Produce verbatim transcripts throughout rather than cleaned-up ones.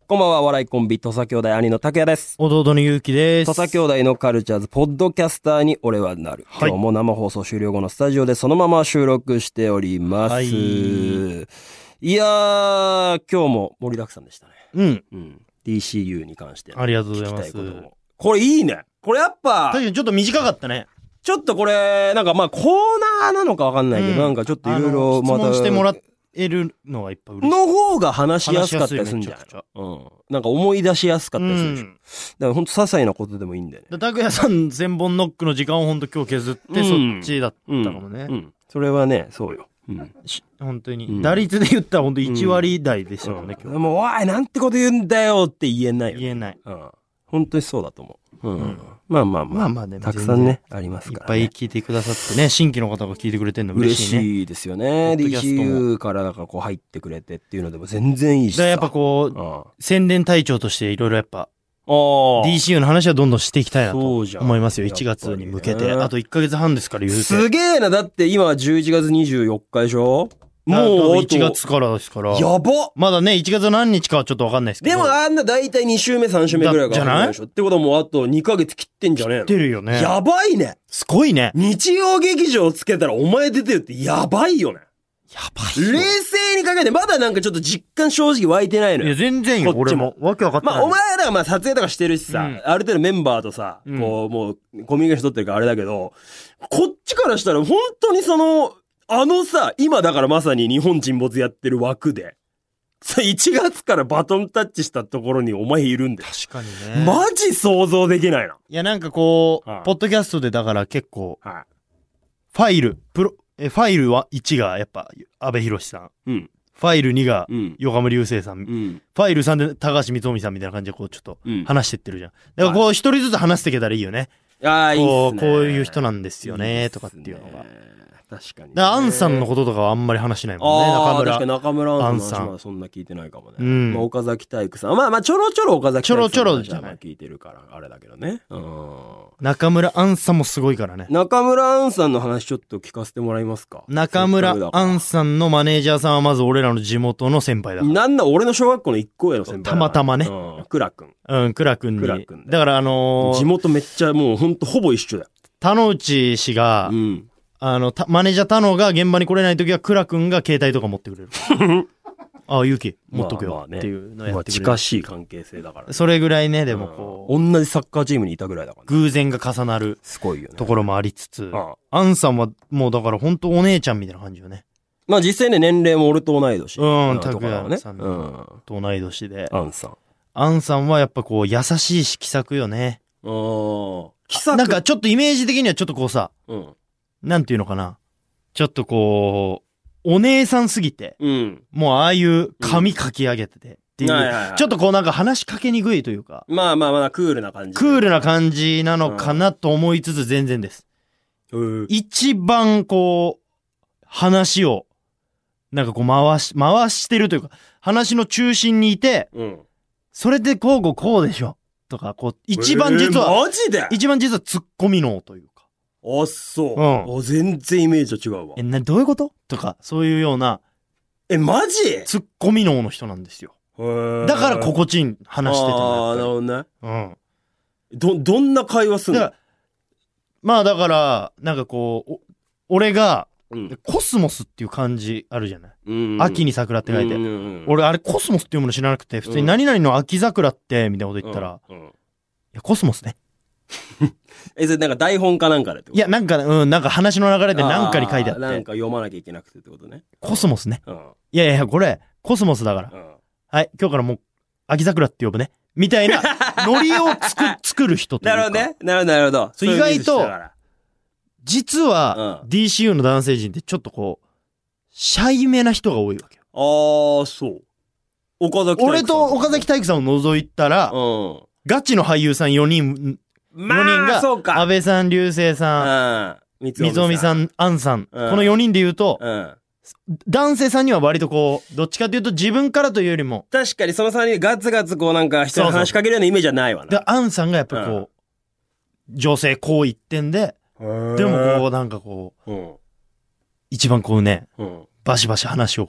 こんばんは、笑いコンビ、土佐兄弟兄の拓也です。 弟のゆうきです。 土佐兄弟のカルチャーズ、ポッドキャスターに俺はなる。はい、今日も生放送終了後のスタジオでそのまま収録しております。はい、いやー、今日も盛りだくさんでしたね。 うん。 うん。ディーシーユー に関して。 ありがとうございます。 聞きたいことも。これいいね。これやっぱ。 確かにちょっと短かったね。 ちょっとこれ、なんかまあコーナーなのかわかんないけど、うん、なんかちょっといろいろまた。 質問してもらえるのはいっぱい嬉しい。 の方が話しやすかったりするんじゃないの？うん。なんか思い出しやすかったりするでしょ。うん、だからほんと些細なことでもいいんだよね。 拓也さん千本ノックの時間をほんと今日削って、そっちだったかもね。 うんうんうん。それはね、そうよ。うん、 本当に、うん、打率で言ったら本当いち割台でしたもんね、うん、今日。 もう、おい、なんてこと言うんだよって言えないよ、ね。 言えない。 うん。本当にそうだと思う。うん。うん、まあまあまあ。 まあまあね、 たくさんね、ありますから、ね。 いっぱい聞いてくださってね、新規の方が聞いてくれてるの嬉しいね。 嬉しいですよね。ディーシーユー からなんかこう入ってくれてっていうのでも全然いいしさ。 だからやっぱこう、うん、宣伝隊長としていろいろやっぱ、 ディディーシーユー の話はどんどんしていきたいなと思いますよ。いちがつに向けて。あといっかげつはんですから言うて。 すげえな。だって今はじゅういちがつにじゅうよっかでしょ？ もういちがつからですから。 やば！ まだね、いちがつ何日かはちょっとわかんないですけど。 でもあんなだいたいに週目さん週目ぐらいから。じゃないでしょ？ってことはもうあとにかげつ切ってんじゃねえの？ 切ってるよね。 やばいね。 すごいね。 日曜劇場つけたらお前出てるってやばいよね。 やばいよ。 冷静に考えて、まだなんかちょっと実感正直湧いてないのよ。 いや、全然よ。俺も。わけわかってない。 まあ、お前らはまあ撮影とかしてるしさ、うん、ある程度メンバーとさ、うん、こう、もう、コミュニケーション取ってるからあれだけど、こっちからしたら本当にその、あのさ、今だからまさに日本沈没やってる枠で、さ、いちがつからバトンタッチしたところにお前いるんだよ。 確かにね。 マジ想像できないな。 いや、なんかこう、はあ、ポッドキャストでだから結構、はあ、ファイル、プロ、え、ファイルはいちがやっぱ、安部寛さん。うん。ファイルにが、横浜流星さん。うん。ファイルさんで高橋光臣さんみたいな感じでこう、ちょっと、話してってるじゃん。だからこう、一人ずつ話していけたらいいよね。 ああ、いいっすね。 こう、こういう人なんですよね、とかっていうのが。 確かに、ね。 だアンさんのこととかはあんまり話しないもんね。 中村。確かに中村アンさんの話はそんな聞いてないかもね。うん。まあ、岡崎体育さん。まあまあ、ちょろちょろ岡崎体育さんの話はちょろちょろじゃない聞いてるから、あれだけどね。うん。 中村アンさんもすごいからね。 中村アンさんの話ちょっと聞かせてもらえますか？ 中村アンさんのマネージャーさんはまず俺らの地元の先輩だから。 なんだ、俺の小学校の一個上の先輩だから。 たまたまね。 うん。クラ君。 うん、クラ君に。クラ君。だからあのー、 地元めっちゃもうほんとほぼ一緒だよ。 田之内氏が、うん。あの、マネージャー田野が現場に来れないときは、クラ君が携帯とか持ってくれる。ああ、ゆうき、持っとくよ。っていうのやってくれる。 近しい関係性だから、 ね。それぐらいね、でもこう、 うん。同じサッカーチームにいたぐらいだから、 ね。偶然が重なる。 すごいよね。 ところもありつつ。ああアンさんは、もうだから本当お姉ちゃんみたいな感じよね。 まあ実際ね、年齢も俺と同い年。 うん、拓也さんと同い年で。 アンさん。 アンさんはやっぱこう、優しいし気さくよね。 ああ。気さく。 なんかちょっとイメージ的にはちょっとこうさ、うん。なんていうのかな。ちょっとこう、お姉さんすぎて、うん、もうああいう髪かき上げててっていう、うんはいはいはい、ちょっとこうなんか話しかけにくいというか。 まあまあまあ、クールな感じ。 クールな感じなのかなと思いつつ全然です。うん、一番こう、話を、なんかこう回し、回してるというか、話の中心にいて、うん、それでこうこうこうでしょとか、こう、一番実は、 えー、マジで一番実はツッコミ能というか。 あ、そう。うん。全然イメージと違うわ。 え、な、どういうこととか、そういうような。 え、マジツッコミ能の人なんですよ。へー。だから心地いい話してても。 ああ、なるほどね。うん。ど、どんな会話すんの？ まあだから、なんかこう、俺が、うん、コスモスっていう漢字あるじゃない、うんうん、秋に桜って書いて、うんうん、俺あれコスモスっていうもの知らなくて、普通に何々の秋桜ってみたいなこと言ったら、うんうん、いやコスモスねえ、それなんか台本かなんかでってこと？ いや、なんか、うん、なんか話の流れでなんかに書いてあって。 なんか読まなきゃいけなくてってことね。 コスモスね。うん、いやいや、これ、コスモスだから。うん、はい、今日からもう、秋桜って呼ぶね。みたいな、ノリをつく、作る人というか。 なるほどね。なるほど、なるほど。 そう意外と、実は、ディーシーユー の男性陣ってちょっとこう、シャイめな人が多いわけよ。 あー、そう。岡崎体育さん。 俺と岡崎体育さんを除いたら、うん、ガチの俳優さんよにん、 まあ、 よにんが、 そうか。 安倍さん、流星さん、三尾さん、アンさん、うん、このよにんで言うと、うん、男性さんには割とこう、どっちかというと自分からというよりも。 確かにそのさんにんガツガツこうなんか人に話しかけるようなイメージはないわな。 で、アンさんがやっぱりこう、うん、女性こう一点で、でもこうなんかこう、うん、一番こうね、うん、バシバシ話をこう、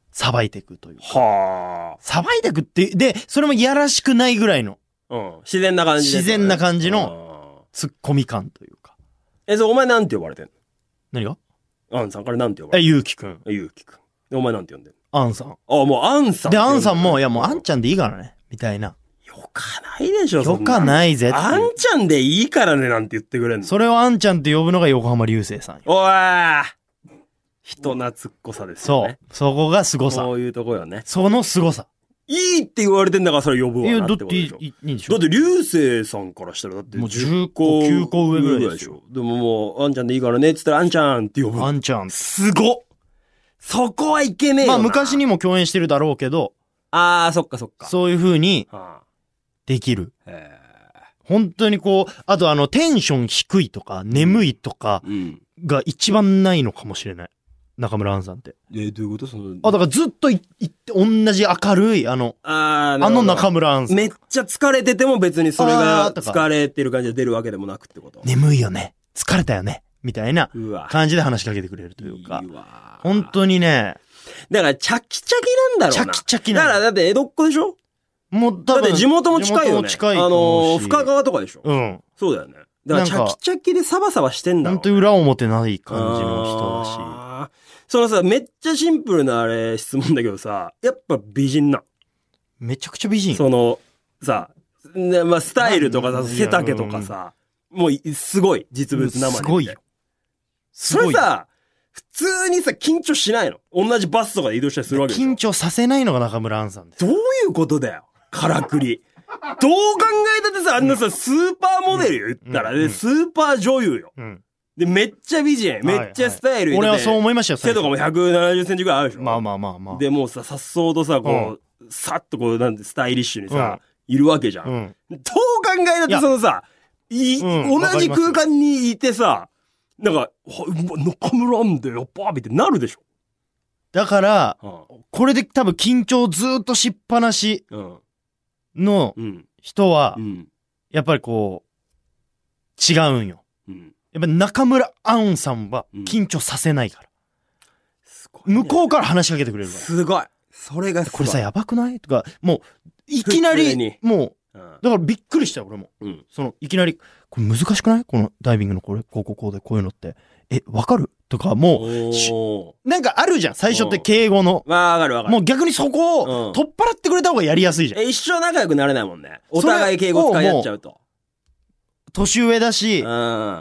さばいていくというか。 はあ。 さばいていくって、で、それもやらしくないぐらいの。 うん。自然な感じで、 ね。自然な感じの、ツッコミ感というか。 え、そう、お前なんて呼ばれてんの？ 何が？ アンさんからなんて呼ばれてんの？え、ゆうきくん。 ゆうきくん。で、お前なんて呼んでんの？ アンさん。 あ、もうアンさん。 で、アンさんも、いやもうアンちゃんでいいからね。みたいな。 よかないでしょ、 よかないぜって。 アンちゃんでいいからねなんて言ってくれんの。 それをアンちゃんって呼ぶのが横浜流星さんよ。 おー人懐っこさですよね。 そう。そこが凄さ。 そういうとこよね。 その凄さ。 いいって言われてんだからそれ呼ぶわなってことでしょ。 いや、だっていいんでしょ。 だって流星さんからしたらだってもうじゅっこ、きゅうこ上ぐらいでしょ。 でももう、アンちゃんでいいからねって言ったらアンちゃんって呼ぶ。 アンちゃん。 すごっ。そこはいけねえよな。 まあ昔にも共演してるだろうけど。 ああ、そっかそっか。 そういう風に、できる。へ本当にこう、あとあの、テンション低いとか、眠いとか、が一番ないのかもしれない。中村アンさんって。 えー、どういうことその。 あ、だからずっとい、いって、同じ明るい、あの、あ, あの中村アンさん。 めっちゃ疲れてても別にそれが疲れてる感じで出るわけでもなくってこと。 眠いよね。疲れたよね。みたいな感じで話しかけてくれるというか。いいわ本当にね。 だからチャキチャキなんだろうな。 チャキチャキなんだ。 だからだって江戸っ子でしょ？ もう多分。 だって地元も近いよね。 地元も近いあのー、深川とかでしょ？ うん。 そうだよね。だからチャキチャキでサバサバしてんだろう、ね。 本当裏表ない感じの人だし。 そのさ、めっちゃシンプルなあれ質問だけどさ、やっぱ美人な。 めちゃくちゃ美人。 その、さ、ね、まあ、スタイルとかさ、背丈とかさ、もうすごい、実物生で。 すごいよ。 それさ、普通にさ、緊張しないの？同じバスとかで移動したりするわけでしょ？ 緊張させないのが中村アンさんです。 どういうことだよ。からくり。どう考えたってさ、あんなさ、スーパーモデルよ、言ったら。で、スーパー女優よ。うんで、めっちゃ美人。めっちゃスタイルいい。 俺はそう思いましたよ。 背とかもひゃくななじゅっセンチぐらいあるでしょ。 まあまあまあまあ。 で、もうさ、さっそうとさ、こう、さっとこう、なんて、スタイリッシュにさ、いるわけじゃん。どう考えたってそのさ、い、同じ空間にいてさ、なんか、中村あんだよ、パーみたいになるでしょ。 だから、これで多分緊張ずーっとしっぱなしの人は、やっぱりこう、違うんよ。やっぱ中村アンさんは緊張させないから。すごいね、向こうから話しかけてくれるから。 すごい。それがすごい。 これさ、やばくないとか、もう、いきなり、もう、だからびっくりしたよ、俺も。うん、その、いきなり、これ難しくないこのダイビングのこれ、こうこうこうでこういうのって。え、わかるとか、もう、なんかあるじゃん、最初って敬語の。 わかるわかる。 もう逆にそこを、取っ払ってくれた方がやりやすいじゃん。 え、一生仲良くなれないもんね。お互い敬語使い合っちゃうと。 年上だし、うん、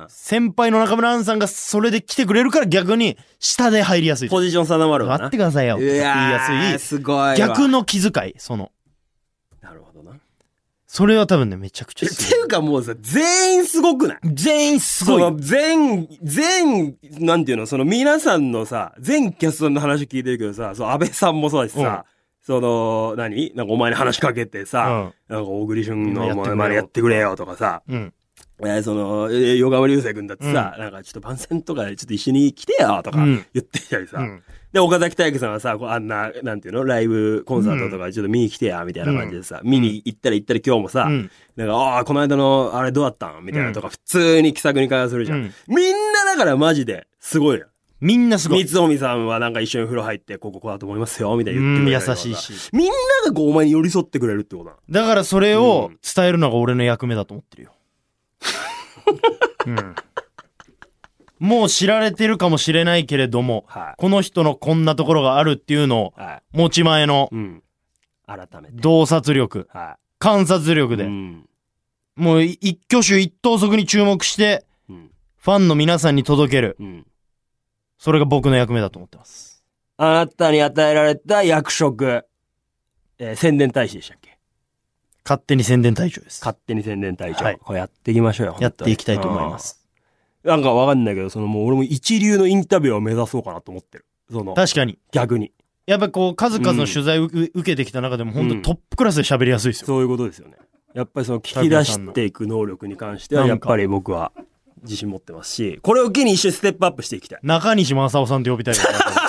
先輩の中村アンさんがそれで来てくれるから逆に下で入りやすい。 ポジション定まるわな。 待ってくださいよ。って言いやすい。 すごい。 逆の気遣い、その。 なるほどな。 それは多分ね、めちゃくちゃすごい。っていうかもうさ、全員すごくない？ 全員すごい。 その全、全、なんていうの、その皆さんのさ、全キャストの話聞いてるけどさ、そう、安倍さんもそうだしさ、うんその、何なんかお前に話しかけてさ、うん、なんか大栗旬の前やってくれよとかさ、うんえー、その、横浜流星君だってさ、うん、なんかちょっと番宣とかでちょっと一緒に来てよとか言ってきたりさ、うん、で、岡崎体育さんはさ、こうあんな、なんていうのライブコンサートとかちょっと見に来てや、みたいな感じでさ、うん、見に行ったら行ったら今日もさ、うん、なんか、ああ、この間のあれどうだったんみたいなとか、普通に気さくに会話するじゃん。うん、みんなだからマジですごいよ。 みんなすごい。 三つおみさんはなんか一緒に風呂入って、こここうだと思いますよ、みたいな言ってくれる。 優しいし。 みんながこうお前に寄り添ってくれるってことだ。 だからそれを伝えるのが俺の役目だと思ってるよ。うん、もう知られてるかもしれないけれども、はい、この人のこんなところがあるっていうのを、はい、持ち前の、うん、 改めて洞察力、はい、観察力で、うん、もう一挙手一投足に注目して、うん、ファンの皆さんに届ける、うん、それが僕の役目だと思ってます。 あなたに与えられた役職、えー、宣伝大使でしたっけ？ 勝手に宣伝隊長です。 勝手に宣伝隊長。はい。これやっていきましょうよ。 やっていきたいと思います。 なんかわかんないけど、そのもう俺も一流のインタビューを目指そうかなと思ってる。その。 確かに。 逆に。 やっぱこう、数々の取材を、うん、受けてきた中でも本当にトップクラスで喋りやすいですよ、 うん。そういうことですよね。やっぱりその聞き出していく能力に関しては、やっぱり僕は自信持ってますし、これを機に一緒にステップアップしていきたい。 中西正夫さんと呼びたいな。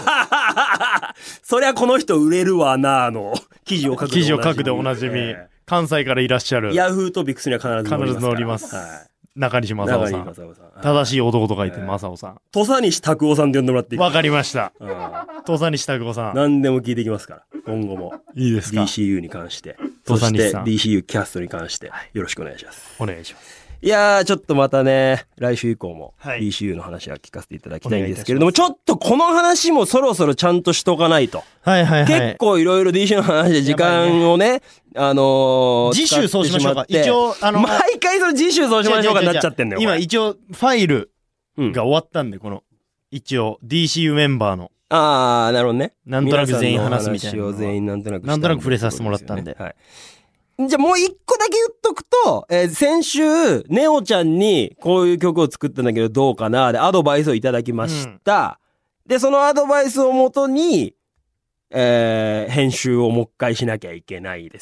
そりゃこの人売れるわなーの記事を書くでおなじみ。 記事を書くでおなじみ。関西からいらっしゃる。 ヤフートピックスには必ず載ります。必ず載ります。はい。 中西正夫さん。 中西正夫さん。 正しい男と書いて正夫さん。 土佐西拓夫さんって呼んでもらっていい？ わかりました。土佐西拓夫さん。 何でも聞いてきますから、今後も。 いいですか？ ディーシーユー に関して。そして ディーシーユー キャストに関して、よろしくお願いします。 お願いします。 いやー、ちょっとまたね、来週以降も ディーシーユー の話は聞かせていただきたいんですけれども、ちょっとこの話もそろそろちゃんとしとかないと。 はいはいはい。 結構いろいろ ディーシーユー の話で時間をね、あのー、 次週そうしましょうか。一応、 あの、毎回その次週そうしましょうかになっちゃってんだよ。 今一応、ファイルが終わったんで、この、一応、ディーシーユー メンバーの。 あー、なるほどね。 なんとなく全員話すみたいな。 話を全員なんとなく。 なんとなく触れさせてもらったんで。はい。 じゃあもう一個だけ言っとくと、えー、先週、ネオちゃんにこういう曲を作ったんだけどどうかなでアドバイスをいただきました。うん、で、そのアドバイスをもとに、えー、編集をもう一回しなきゃいけないです。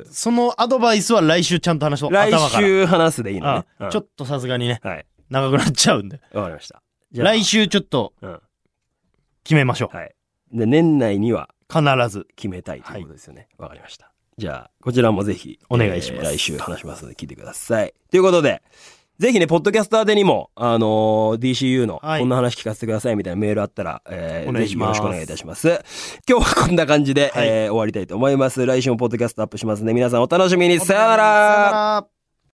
そのアドバイスは来週ちゃんと話そう。 来週話すでいいのね。 ああ、うん、ちょっとさすがにね、はい。長くなっちゃうんで。 わかりました。 来週ちょっと、決めましょう。 はい。で、年内には、 必ず決めたいということですよね。わ、はい、かりました。じゃあ、こちらもぜひ、 お願いします、 えー。来週話しますので聞いてください。ということで、ぜひね、ポッドキャスターでにも、あのー、ディーシーユー の、こんな話聞かせてくださいみたいなメールあったら、えー、お願いします。ぜひよろしくお願いいたします。今日はこんな感じで、はい、えー、終わりたいと思います。来週もポッドキャストアップしますので、皆さんお楽しみに。さよなら。